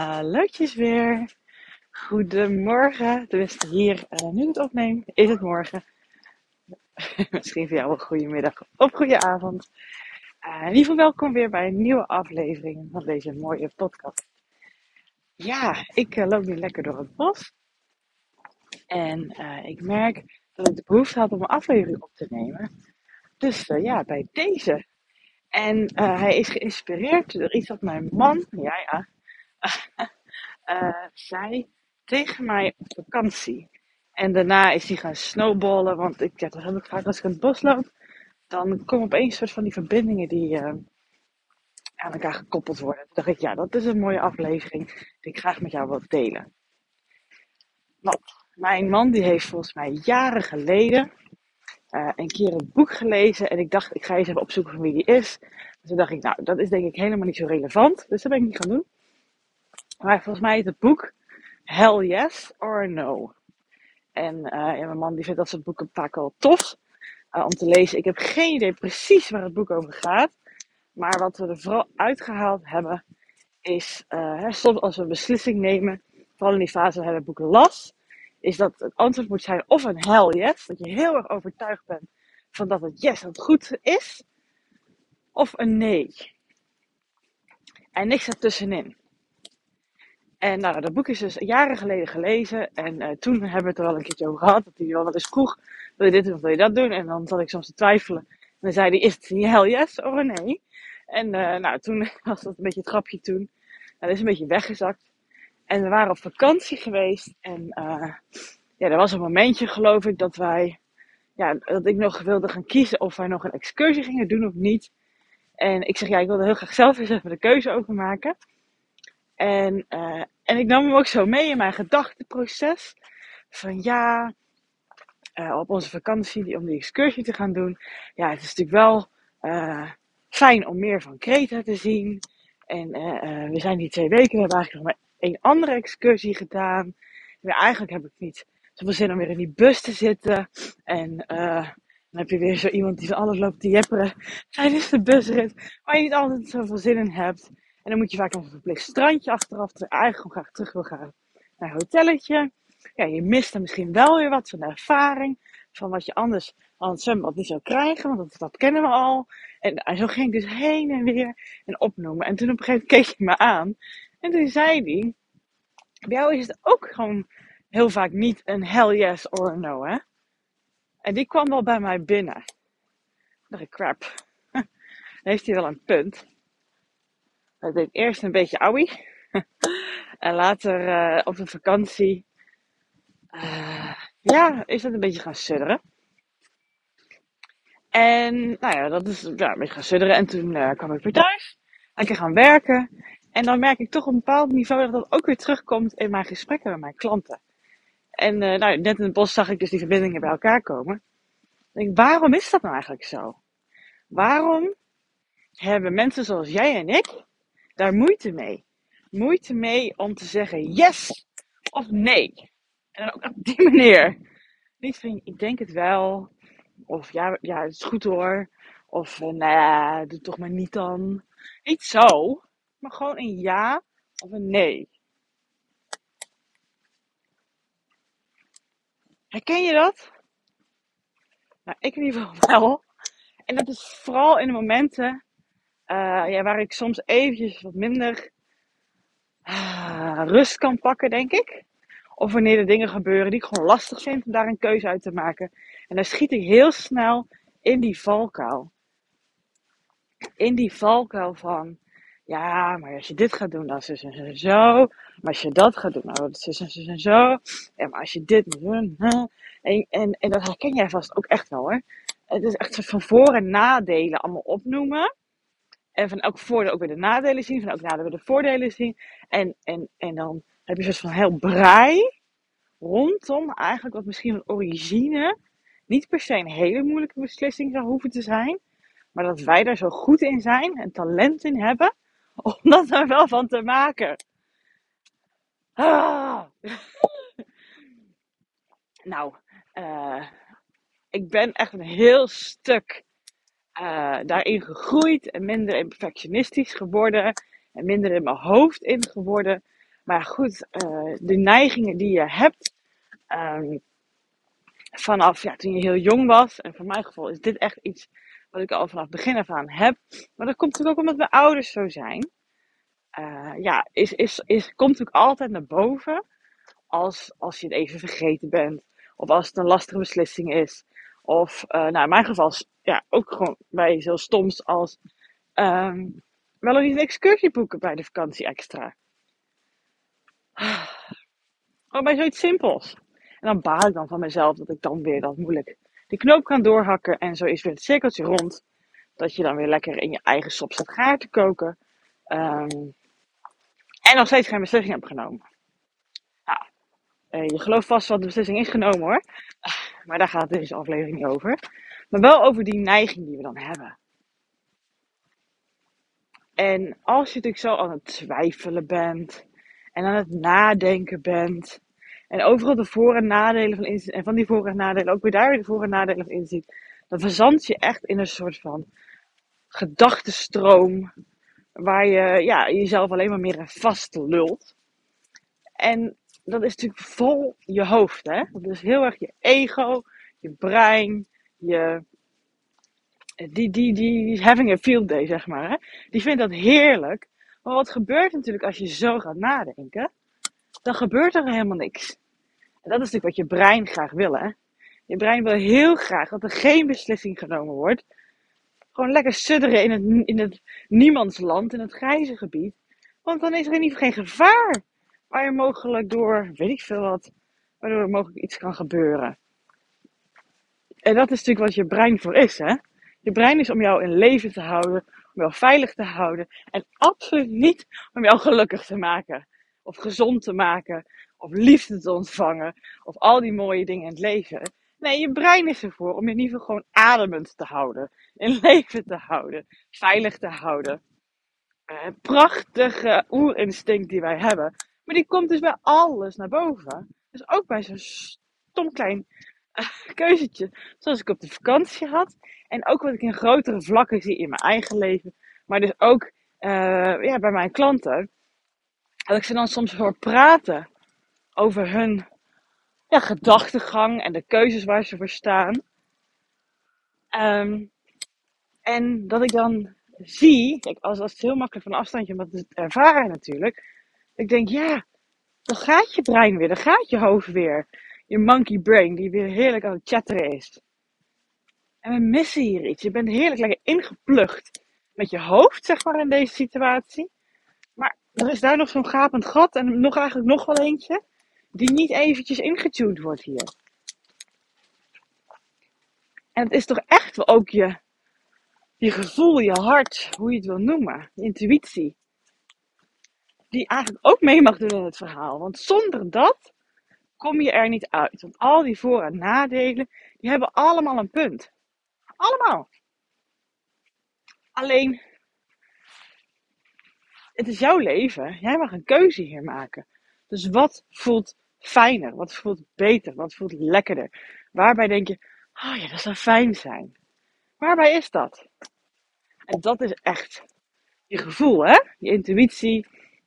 Hallootjes weer. Goedemorgen. Tenminste, hier, nu ik het opneem, is het morgen. Misschien voor jou een goede middag of goede avond. In ieder geval welkom weer bij een nieuwe aflevering van deze mooie podcast. Ja, ik loop nu lekker door het bos. En ik merk dat ik de behoefte had om een aflevering op te nemen. Dus ja, bij deze. En hij is geïnspireerd door iets wat mijn man, zei tegen mij op vakantie. En daarna is hij gaan snowballen, want dat heb ik vaak als ik in het bos loop. Dan komen opeens een soort van die verbindingen die aan elkaar gekoppeld worden. Toen dacht ik, ja, dat is een mooie aflevering die ik graag met jou wil delen. Want mijn man die heeft volgens mij jaren geleden een keer een boek gelezen. En ik dacht, ik ga eens even opzoeken van wie die is. Dus toen dacht ik, nou, dat is denk ik helemaal niet zo relevant. Dus dat ben ik niet gaan doen. Maar volgens mij is het boek Hell Yes or No. En mijn man die vindt dat soort boeken vaak wel tof om te lezen. Ik heb geen idee precies waar het boek over gaat. Maar wat we er vooral uitgehaald hebben is, soms als we een beslissing nemen, vooral in die fase waar hij het boek las, is dat het antwoord moet zijn of een hell yes, dat je heel erg overtuigd bent van dat het yes, dat het goed is, of een nee. En niks ertussenin. En nou, dat boek is dus jaren geleden gelezen. En toen hebben we het er wel een keertje over gehad. Dat hij wel eens vroeg, wil je dit doen of wil je dat doen? En dan zat ik soms te twijfelen. En dan zei hij, is het een hell yes of een nee? En nou, toen was dat een beetje het grapje toen. Nou, dat is een beetje weggezakt. En we waren op vakantie geweest. En ja, er was een momentje geloof ik dat dat ik nog wilde gaan kiezen of wij nog een excursie gingen doen of niet. En ik zeg, ja, ik wilde heel graag zelf eens even de keuze over maken. En ik nam hem ook zo mee in mijn gedachteproces. Van ja, op onze vakantie om die excursie te gaan doen. Ja, het is natuurlijk wel fijn om meer van Kreta te zien. En we zijn hier 2 weken. We hebben eigenlijk nog maar 1 andere excursie gedaan. Maar eigenlijk heb ik niet zoveel zin om weer in die bus te zitten. En dan heb je weer zo iemand die van alles loopt te jepperen tijdens de busrit. Waar je niet altijd zoveel zin in hebt. En dan moet je vaak nog een verplicht strandje achteraf. Terwijl je eigenlijk gewoon graag terug wil gaan naar een hotelletje. Ja, je mist er misschien wel weer wat van de ervaring. Van wat je anders aan het zwembad niet zou krijgen. Want dat kennen we al. En zo ging ik dus heen en weer en opnoemen. En toen op een gegeven moment keek hij me aan. En toen zei hij, bij jou is het ook gewoon heel vaak niet een hell yes or a no, hè? En die kwam wel bij mij binnen. Dan dacht ik, crap. Dan heeft hij wel een punt. Dat deed eerst een beetje ouwie. En later op de vakantie is dat een beetje gaan sudderen. En nou ja, dat is een beetje gaan sudderen. En toen kwam ik weer thuis. En ik gaan werken. En dan merk ik toch op een bepaald niveau dat dat ook weer terugkomt in mijn gesprekken met mijn klanten. En net in het bos zag ik dus die verbindingen bij elkaar komen. En ik, waarom is dat nou eigenlijk zo? Waarom hebben mensen zoals jij en ik daar moeite mee? Moeite mee om te zeggen yes of nee. En dan ook op die manier. Niet van, ik denk het wel. Of ja, het is goed hoor. Of nee, doe toch maar niet dan. Niet zo. Maar gewoon een ja of een nee. Herken je dat? Nou, ik in ieder geval wel. En dat is vooral in de momenten waar ik soms eventjes wat minder rust kan pakken, denk ik. Of wanneer er dingen gebeuren die ik gewoon lastig vind om daar een keuze uit te maken. En dan schiet ik heel snel in die valkuil. In die valkuil van, ja, maar als je dit gaat doen, dan is het en zo. Maar als je dat gaat doen, dan wordt het en zo. Ja, maar als je dit moet doen, en dat herken jij vast ook echt wel hoor. Het is echt van voor- en nadelen allemaal opnoemen. En van elk voordeel ook weer de nadelen zien. Van elk nadeel weer de voordelen zien. En dan heb je een soort van heel brei rondom eigenlijk wat misschien van origine niet per se een hele moeilijke beslissing zou hoeven te zijn. Maar dat wij daar zo goed in zijn en talent in hebben om dat er wel van te maken. Ah. Nou, ik ben echt een heel stuk daarin gegroeid en minder in perfectionistisch geworden en minder in mijn hoofd in geworden. Maar ja, goed, de neigingen die je hebt ehm, vanaf toen je heel jong was. En voor mijn geval is dit echt iets wat ik al vanaf begin af aan heb. Maar dat komt natuurlijk ook omdat mijn ouders zo zijn. Komt natuurlijk altijd naar boven als je het even vergeten bent. Of als het een lastige beslissing is. Of in mijn geval ook gewoon bij zo stoms als ehm, wel nog niet een excursie boeken bij de vakantie extra. Gewoon bij zoiets simpels. En dan baal ik dan van mezelf dat ik dan weer dat moeilijk die knoop kan doorhakken. En zo is weer het cirkeltje rond. Dat je dan weer lekker in je eigen sop staat gaar te koken. Ehm, en nog steeds geen beslissing hebt genomen. Nou, je gelooft vast wat de beslissing is genomen hoor. Maar daar gaat deze aflevering niet over. Maar wel over die neiging die we dan hebben. En als je natuurlijk zo aan het twijfelen bent. En aan het nadenken bent. En overal de voor- en nadelen van inziet. En van die voor- en nadelen ook weer daar weer de voor- en nadelen van inziet. Dan verzand je echt in een soort van gedachtenstroom. Waar je jezelf alleen maar meer in vast lult. En dat is natuurlijk vol je hoofd. Hè? Dat is heel erg je ego, je brein, je, die is having a field day, zeg maar. Hè? Die vindt dat heerlijk. Maar wat gebeurt natuurlijk als je zo gaat nadenken? Dan gebeurt er helemaal niks. En dat is natuurlijk wat je brein graag wil, hè? Je brein wil heel graag dat er geen beslissing genomen wordt. Gewoon lekker sudderen in het niemandsland, in het grijze gebied. Want dan is er in ieder geval geen gevaar. Waar je mogelijk door, weet ik veel wat, waardoor er mogelijk iets kan gebeuren. En dat is natuurlijk wat je brein voor is, hè? Je brein is om jou in leven te houden, om jou veilig te houden. En absoluut niet om jou gelukkig te maken. Of gezond te maken. Of liefde te ontvangen. Of al die mooie dingen in het leven. Nee, je brein is ervoor om je in ieder geval gewoon ademend te houden. In leven te houden. Veilig te houden. Prachtige oerinstinct die wij hebben. Maar die komt dus bij alles naar boven. Dus ook bij zo'n stom klein keuzetje. Zoals ik op de vakantie had. En ook wat ik in grotere vlakken zie in mijn eigen leven. Maar dus ook bij mijn klanten. Dat ik ze dan soms hoor praten over hun gedachtegang en de keuzes waar ze voor staan. Ehm, en dat ik dan zie, kijk, als het heel makkelijk van afstandje, omdat het ervaren natuurlijk. Ik denk, ja, dan gaat je brein weer, dan gaat je hoofd weer. Je monkey brain, die weer heerlijk aan het chatteren is. En we missen hier iets. Je bent heerlijk lekker ingeplucht met je hoofd, zeg maar, in deze situatie. Maar er is daar nog zo'n gapend gat en eigenlijk nog wel eentje, die niet eventjes ingetuned wordt hier. En het is toch echt wel ook je gevoel, je hart, hoe je het wil noemen, je intuïtie, die eigenlijk ook mee mag doen in het verhaal. Want zonder dat kom je er niet uit. Want al die voor- en nadelen, die hebben allemaal een punt. Allemaal. Alleen, het is jouw leven. Jij mag een keuze hier maken. Dus wat voelt fijner? Wat voelt beter? Wat voelt lekkerder? Waarbij denk je, oh ja, dat zou fijn zijn. Waarbij is dat? En dat is echt je gevoel, hè? Je intuïtie,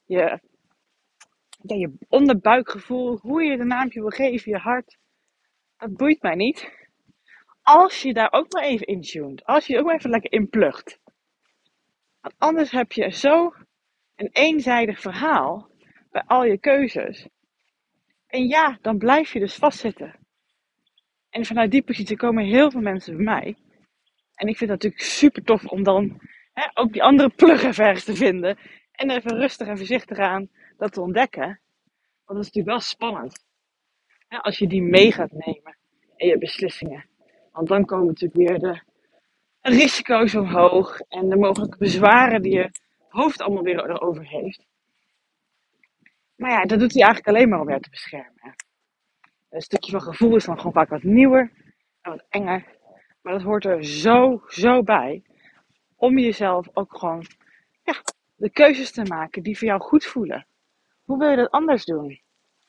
je onderbuikgevoel, hoe je de naampje wil geven, je hart. Dat boeit mij niet. Als je daar ook maar even in tuned. Als je er ook maar even lekker in plugt. Want anders heb je zo een eenzijdig verhaal bij al je keuzes. En ja, dan blijf je dus vastzitten. En vanuit die positie komen heel veel mensen bij mij. En ik vind het natuurlijk super tof om dan ook die andere plug ergens te vinden. En even rustig en voorzichtig aan dat te ontdekken. Want dat is natuurlijk wel spannend. Als je die mee gaat nemen in je beslissingen. Want dan komen natuurlijk weer de risico's omhoog. En de mogelijke bezwaren die je hoofd allemaal weer erover heeft. Maar ja, dat doet hij eigenlijk alleen maar om jou te beschermen. Een stukje van gevoel is dan gewoon vaak wat nieuwer en wat enger. Maar dat hoort er zo bij. Om jezelf ook gewoon de keuzes te maken die voor jou goed voelen. Hoe wil je dat anders doen?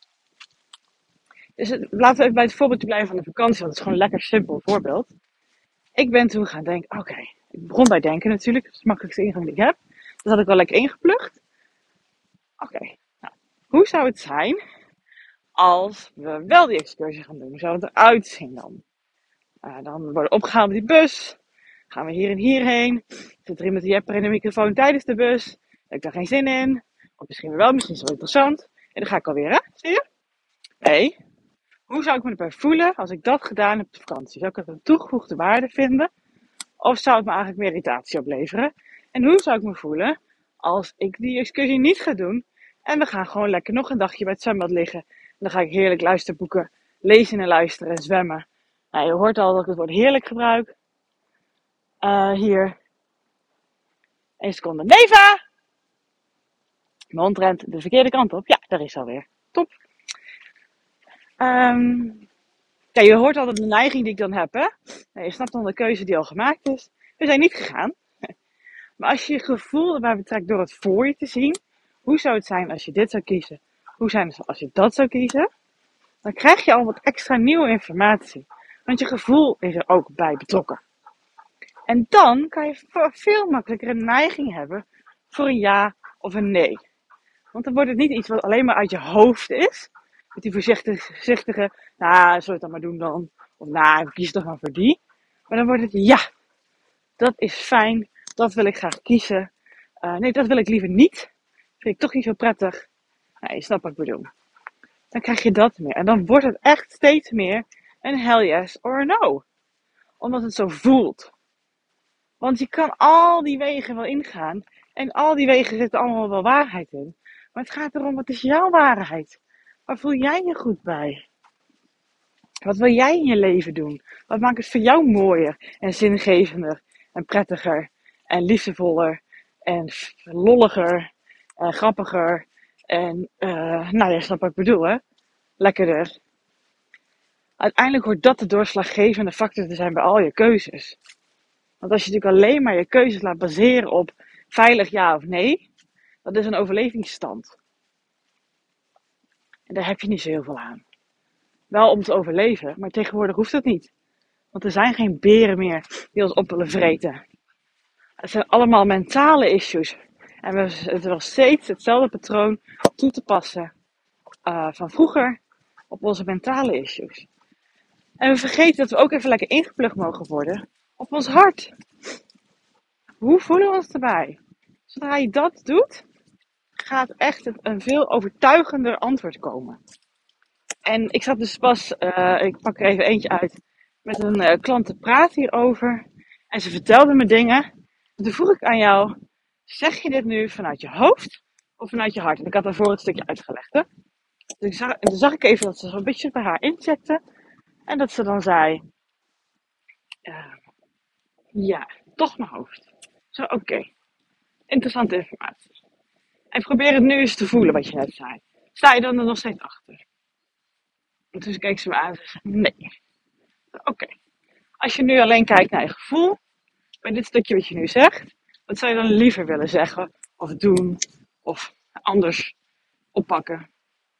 Dus laten we even bij het voorbeeld blijven van de vakantie. Want het is gewoon een lekker simpel voorbeeld. Ik ben toen gaan denken, oké. Ik begon bij denken natuurlijk. Dat is de makkelijkste ingang die ik heb. Dat had ik wel lekker ingeplucht. Oké. Nou. Hoe zou het zijn als we wel die excursie gaan doen? Hoe zou het eruit zien dan? Dan worden we opgehaald met die bus. Gaan we hier en hierheen. Zit er iemand die jepper in de microfoon tijdens de bus? Heb ik daar geen zin in? Of misschien wel, misschien is het wel interessant. En dan ga ik alweer, hè? Zie je? Nee. Hoe zou ik me erbij voelen als ik dat gedaan heb op de vakantie? Zou ik het een toegevoegde waarde vinden? Of zou het me eigenlijk meer irritatie opleveren? En hoe zou ik me voelen als ik die excursie niet ga doen? En we gaan gewoon lekker nog een dagje bij het zwembad liggen. En dan ga ik heerlijk luisterboeken lezen en luisteren en zwemmen. Nou, je hoort al dat ik het woord heerlijk gebruik. Hier. 1 seconde. Neva! Mijn hond rent de verkeerde kant op. Ja, daar is ze alweer. Top. Ja, je hoort altijd de neiging die ik dan heb, hè? Nou, je snapt dan de keuze die al gemaakt is. We zijn niet gegaan. Maar als je je gevoel erbij betrekt door het voor je te zien. Hoe zou het zijn als je dit zou kiezen? Hoe zou het als je dat zou kiezen? Dan krijg je al wat extra nieuwe informatie. Want je gevoel is er ook bij betrokken. En dan kan je veel makkelijker een neiging hebben voor een ja of een nee. Want dan wordt het niet iets wat alleen maar uit je hoofd is. Met die voorzichtige, nou, zullen we het dan maar doen dan? Of nou, kies toch maar voor die. Maar dan wordt het ja, dat is fijn, dat wil ik graag kiezen. Nee, dat wil ik liever niet. Vind ik toch niet zo prettig. Nou, je snapt wat ik bedoel. Dan krijg je dat meer. En dan wordt het echt steeds meer een hell yes or no. Omdat het zo voelt. Want je kan al die wegen wel ingaan. En al die wegen zitten allemaal wel waarheid in. Maar het gaat erom, wat is jouw waarheid? Waar voel jij je goed bij? Wat wil jij in je leven doen? Wat maakt het voor jou mooier en zingevender en prettiger en liefdevoller en lolliger en grappiger en, nou je snapt wat ik bedoel, hè? Lekkerder. Uiteindelijk hoort dat de doorslaggevende factor te zijn bij al je keuzes. Want als je natuurlijk alleen maar je keuzes laat baseren op veilig ja of nee, dat is een overlevingsstand. En daar heb je niet zo heel veel aan. Wel om te overleven, maar tegenwoordig hoeft dat niet. Want er zijn geen beren meer die ons op willen vreten. Het zijn allemaal mentale issues. En we hebben wel steeds hetzelfde patroon toe te passen van vroeger op onze mentale issues. En we vergeten dat we ook even lekker ingeplucht mogen worden op ons hart. Hoe voelen we ons erbij? Zodra je dat doet, gaat echt een veel overtuigender antwoord komen. En ik zat dus pas, ik pak er even eentje uit, met een klant te praten hierover. En ze vertelde me dingen. En toen vroeg ik aan jou, zeg je dit nu vanuit je hoofd of vanuit je hart? En ik had daarvoor het stukje uitgelegd, hè. Dus toen zag ik even dat ze zo'n beetje bij haar inzette. En dat ze dan zei, ja, toch mijn hoofd. Zo, oké. Interessante informatie. En probeer het nu eens te voelen wat je net zei. Sta je dan er nog steeds achter? En toen keek ze me aan en zei, nee. Oké. Als je nu alleen kijkt naar je gevoel, bij dit stukje wat je nu zegt, wat zou je dan liever willen zeggen, of doen, of anders oppakken?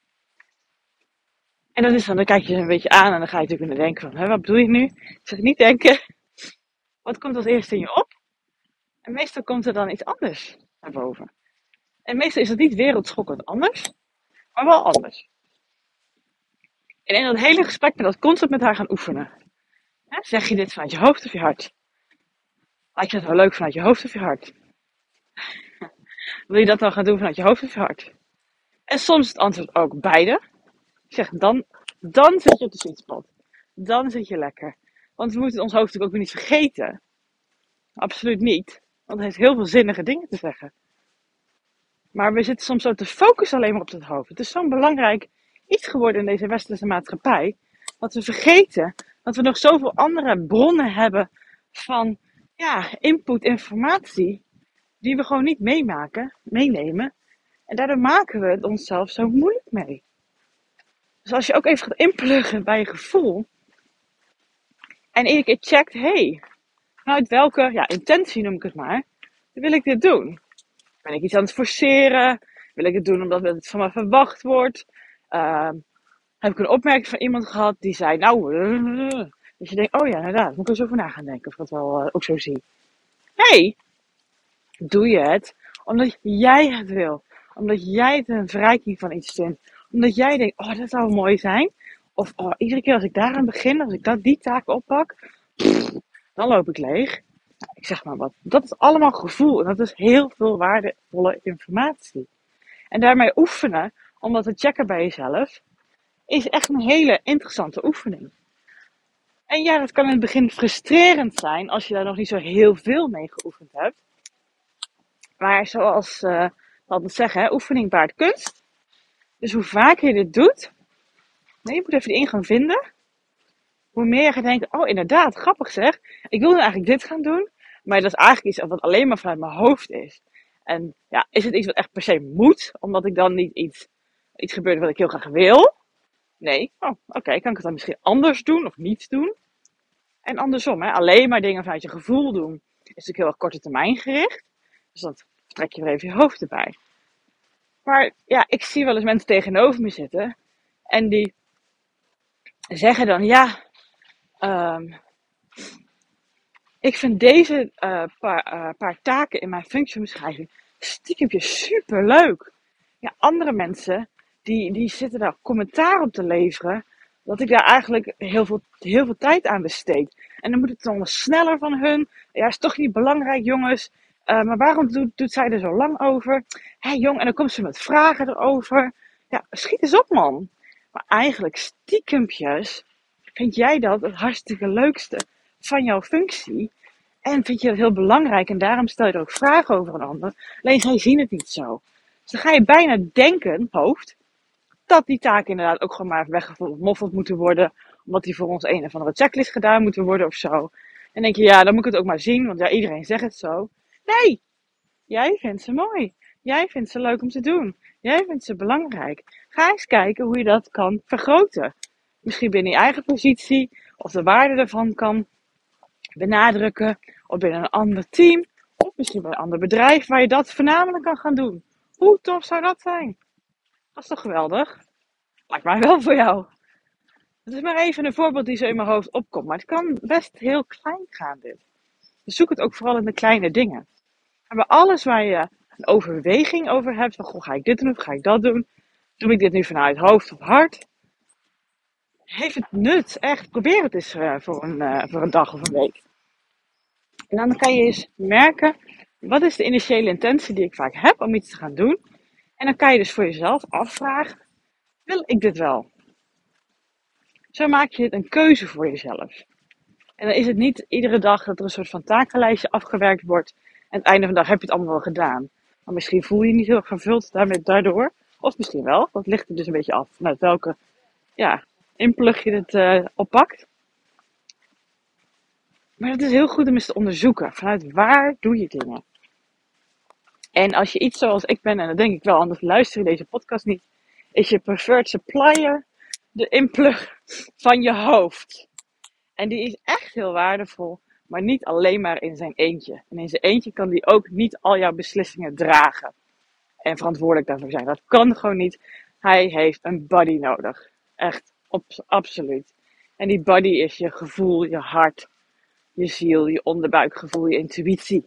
En dat is dan kijk je een beetje aan en dan ga je natuurlijk denken van, wat bedoel je nu? Ik zeg niet denken, wat komt als eerste in je op? En meestal komt er dan iets anders naar boven. En meestal is het niet wereldschokkend anders, maar wel anders. En in dat hele gesprek ben dat constant met haar gaan oefenen. Zeg je dit vanuit je hoofd of je hart? Lijkt je het wel leuk vanuit je hoofd of je hart? Wil je dat dan gaan doen vanuit je hoofd of je hart? En soms is het antwoord ook beide. Ik zeg, dan zit je op de sweet spot. Dan zit je lekker. Want we moeten ons hoofd natuurlijk ook weer niet vergeten. Absoluut niet. Want het heeft heel veel zinnige dingen te zeggen. Maar we zitten soms zo te focussen alleen maar op het hoofd. Het is zo'n belangrijk iets geworden in deze westerse maatschappij. Dat we vergeten dat we nog zoveel andere bronnen hebben van input, informatie. Die we gewoon niet meenemen. En daardoor maken we het onszelf zo moeilijk mee. Dus als je ook even gaat inpluggen bij je gevoel. En iedere keer checkt, vanuit welke intentie noem ik het maar. Wil ik dit doen? Ben ik iets aan het forceren? Wil ik het doen omdat het van me verwacht wordt? Heb ik een opmerking van iemand gehad die zei, dus je denkt, oh ja, inderdaad, moet ik er eens over na gaan denken of ik dat wel ook zo zie. Doe je het omdat jij het wil. Omdat jij het een verrijking van iets vindt. Omdat jij denkt, oh, dat zou mooi zijn. Of oh, iedere keer als ik daaraan begin, als ik die taak oppak, dan loop ik leeg. Nou, ik zeg maar wat. Dat is allemaal gevoel. En dat is heel veel waardevolle informatie. En daarmee oefenen, om dat te checken bij jezelf, is echt een hele interessante oefening. En ja, dat kan in het begin frustrerend zijn als je daar nog niet zo heel veel mee geoefend hebt. Maar zoals we altijd zeggen, hè, oefening baart kunst. Dus hoe vaker je dit doet, nee, je moet even die ingang vinden. Hoe meer je gaat denken, oh inderdaad, grappig zeg. Ik wil nu eigenlijk dit gaan doen. Maar dat is eigenlijk iets wat alleen maar vanuit mijn hoofd is. En ja, is het iets wat echt per se moet? Omdat ik dan niet iets gebeurt wat ik heel graag wil? Nee. Oh, oké, kan ik het dan misschien anders doen of niet doen? En andersom, hè, alleen maar dingen vanuit je gevoel doen is natuurlijk heel erg korte termijn gericht. Dus dan trek je weer even je hoofd erbij. Maar ja, ik zie wel eens mensen tegenover me zitten. En die zeggen dan, ja, ik vind deze paar taken in mijn functieomschrijving stiekem super leuk. Ja, andere mensen die zitten daar commentaar op te leveren. Dat ik daar eigenlijk heel veel tijd aan besteed. En dan moet het dan sneller van hun. Ja, is toch niet belangrijk, jongens. Maar waarom doet zij er zo lang over? Hé, jong, en dan komt ze met vragen erover. Ja, schiet eens op, man. Maar eigenlijk stiekempjes vind jij dat het hartstikke leukste van jouw functie. En vind je dat heel belangrijk. En daarom stel je er ook vragen over een ander. Alleen zij zien het niet zo. Dus dan ga je bijna denken, hoofd, dat die taken inderdaad ook gewoon maar weggemoffeld moeten worden. Omdat die voor ons een of andere checklist gedaan moeten worden of zo. En denk je, ja, dan moet ik het ook maar zien. Want ja, iedereen zegt het zo. Nee, jij vindt ze mooi. Jij vindt ze leuk om te doen. Jij vindt ze belangrijk. Ga eens kijken hoe je dat kan vergroten. Misschien binnen je eigen positie. Of de waarde ervan kan benadrukken. Of binnen een ander team. Of misschien bij een ander bedrijf waar je dat voornamelijk kan gaan doen. Hoe tof zou dat zijn? Dat is toch geweldig? Lijkt mij wel voor jou. Het is maar even een voorbeeld die zo in mijn hoofd opkomt. Maar het kan best heel klein gaan dit. Dus zoek het ook vooral in de kleine dingen. En bij alles waar je een overweging over hebt. Van, goh, ga ik dit doen of ga ik dat doen? Doe ik dit nu vanuit hoofd of hart? Heeft het nut? Echt, probeer het eens voor een dag of een week. En dan kan je eens merken, wat is de initiële intentie die ik vaak heb om iets te gaan doen? En dan kan je dus voor jezelf afvragen, wil ik dit wel? Zo maak je het een keuze voor jezelf. En dan is het niet iedere dag dat er een soort van takenlijstje afgewerkt wordt. En aan het einde van de dag heb je het allemaal wel gedaan. Maar misschien voel je je niet heel erg vervuld daardoor. Of misschien wel, dat ligt er dus een beetje af vanuit welke inplug je het oppakt. Maar het is heel goed om eens te onderzoeken. Vanuit waar doe je dingen? En als je iets zoals ik ben, en dat denk ik wel, anders luister je deze podcast niet, is je preferred supplier de inplug van je hoofd. En die is echt heel waardevol, maar niet alleen maar in zijn eentje. En in zijn eentje kan die ook niet al jouw beslissingen dragen. En verantwoordelijk daarvoor zijn. Dat kan gewoon niet. Hij heeft een buddy nodig. Echt, absoluut. En die buddy is je gevoel, je hart, je ziel, je onderbuikgevoel, je intuïtie.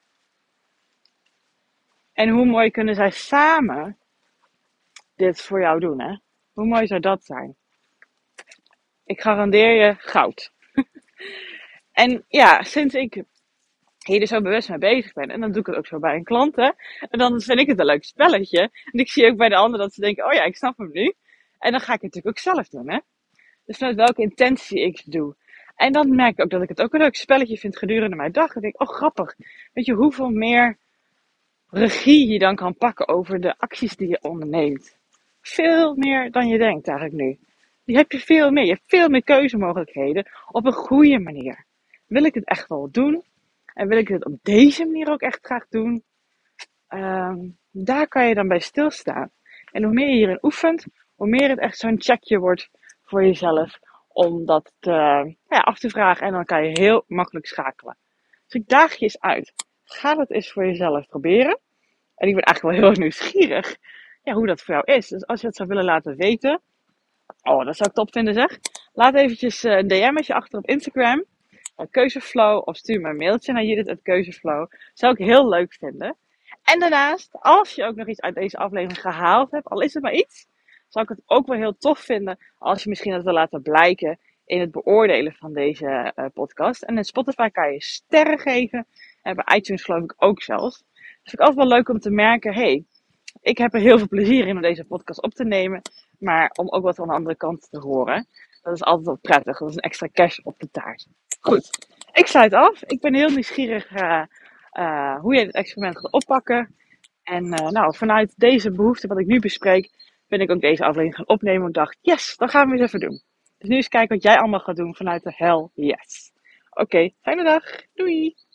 En hoe mooi kunnen zij samen dit voor jou doen, hè? Hoe mooi zou dat zijn? Ik garandeer je goud. En ja, sinds ik hier er zo bewust mee bezig ben, en dan doe ik het ook zo bij een klant, hè? En dan vind ik het een leuk spelletje. En ik zie ook bij de anderen dat ze denken, oh ja, ik snap hem nu. En dan ga ik het natuurlijk ook zelf doen, hè? Dus vanuit welke intentie ik het doe. En dan merk ik ook dat ik het ook een leuk spelletje vind gedurende mijn dag. Dan denk ik, oh grappig. Weet je hoeveel meer regie je dan kan pakken over de acties die je onderneemt? Veel meer dan je denkt eigenlijk nu. Die heb je veel meer. Je hebt veel meer keuzemogelijkheden op een goede manier. Wil ik het echt wel doen? En wil ik het op deze manier ook echt graag doen? Daar kan je dan bij stilstaan. En hoe meer je hierin oefent, hoe meer het echt zo'n checkje wordt voor jezelf. Om dat af te vragen. En dan kan je heel makkelijk schakelen. Dus ik daag je eens uit. Ga dat eens voor jezelf proberen. En ik ben eigenlijk wel heel erg nieuwsgierig hoe dat voor jou is. Dus als je het zou willen laten weten. Oh, dat zou ik top vinden zeg. Laat eventjes een DM'tje achter op Instagram. Keuzeflow. Of stuur me een mailtje naar Judith@Keuzeflow. Zou ik heel leuk vinden. En daarnaast, als je ook nog iets uit deze aflevering gehaald hebt, al is het maar iets, zou ik het ook wel heel tof vinden als je misschien dat wil laten blijken in het beoordelen van deze podcast. En in Spotify kan je sterren geven. En bij iTunes geloof ik ook zelfs. Dus vind ik altijd wel leuk om te merken, hey, ik heb er heel veel plezier in om deze podcast op te nemen. Maar om ook wat aan de andere kant te horen. Dat is altijd wel prettig. Dat is een extra cash op de taart. Goed, ik sluit af. Ik ben heel nieuwsgierig hoe je het experiment gaat oppakken. En nou, vanuit deze behoefte wat ik nu bespreek, ben ik ook deze aflevering gaan opnemen. Ik dacht, yes, dat gaan we eens even doen. Dus nu eens kijken wat jij allemaal gaat doen vanuit de hell yes. Oké, fijne dag. Doei!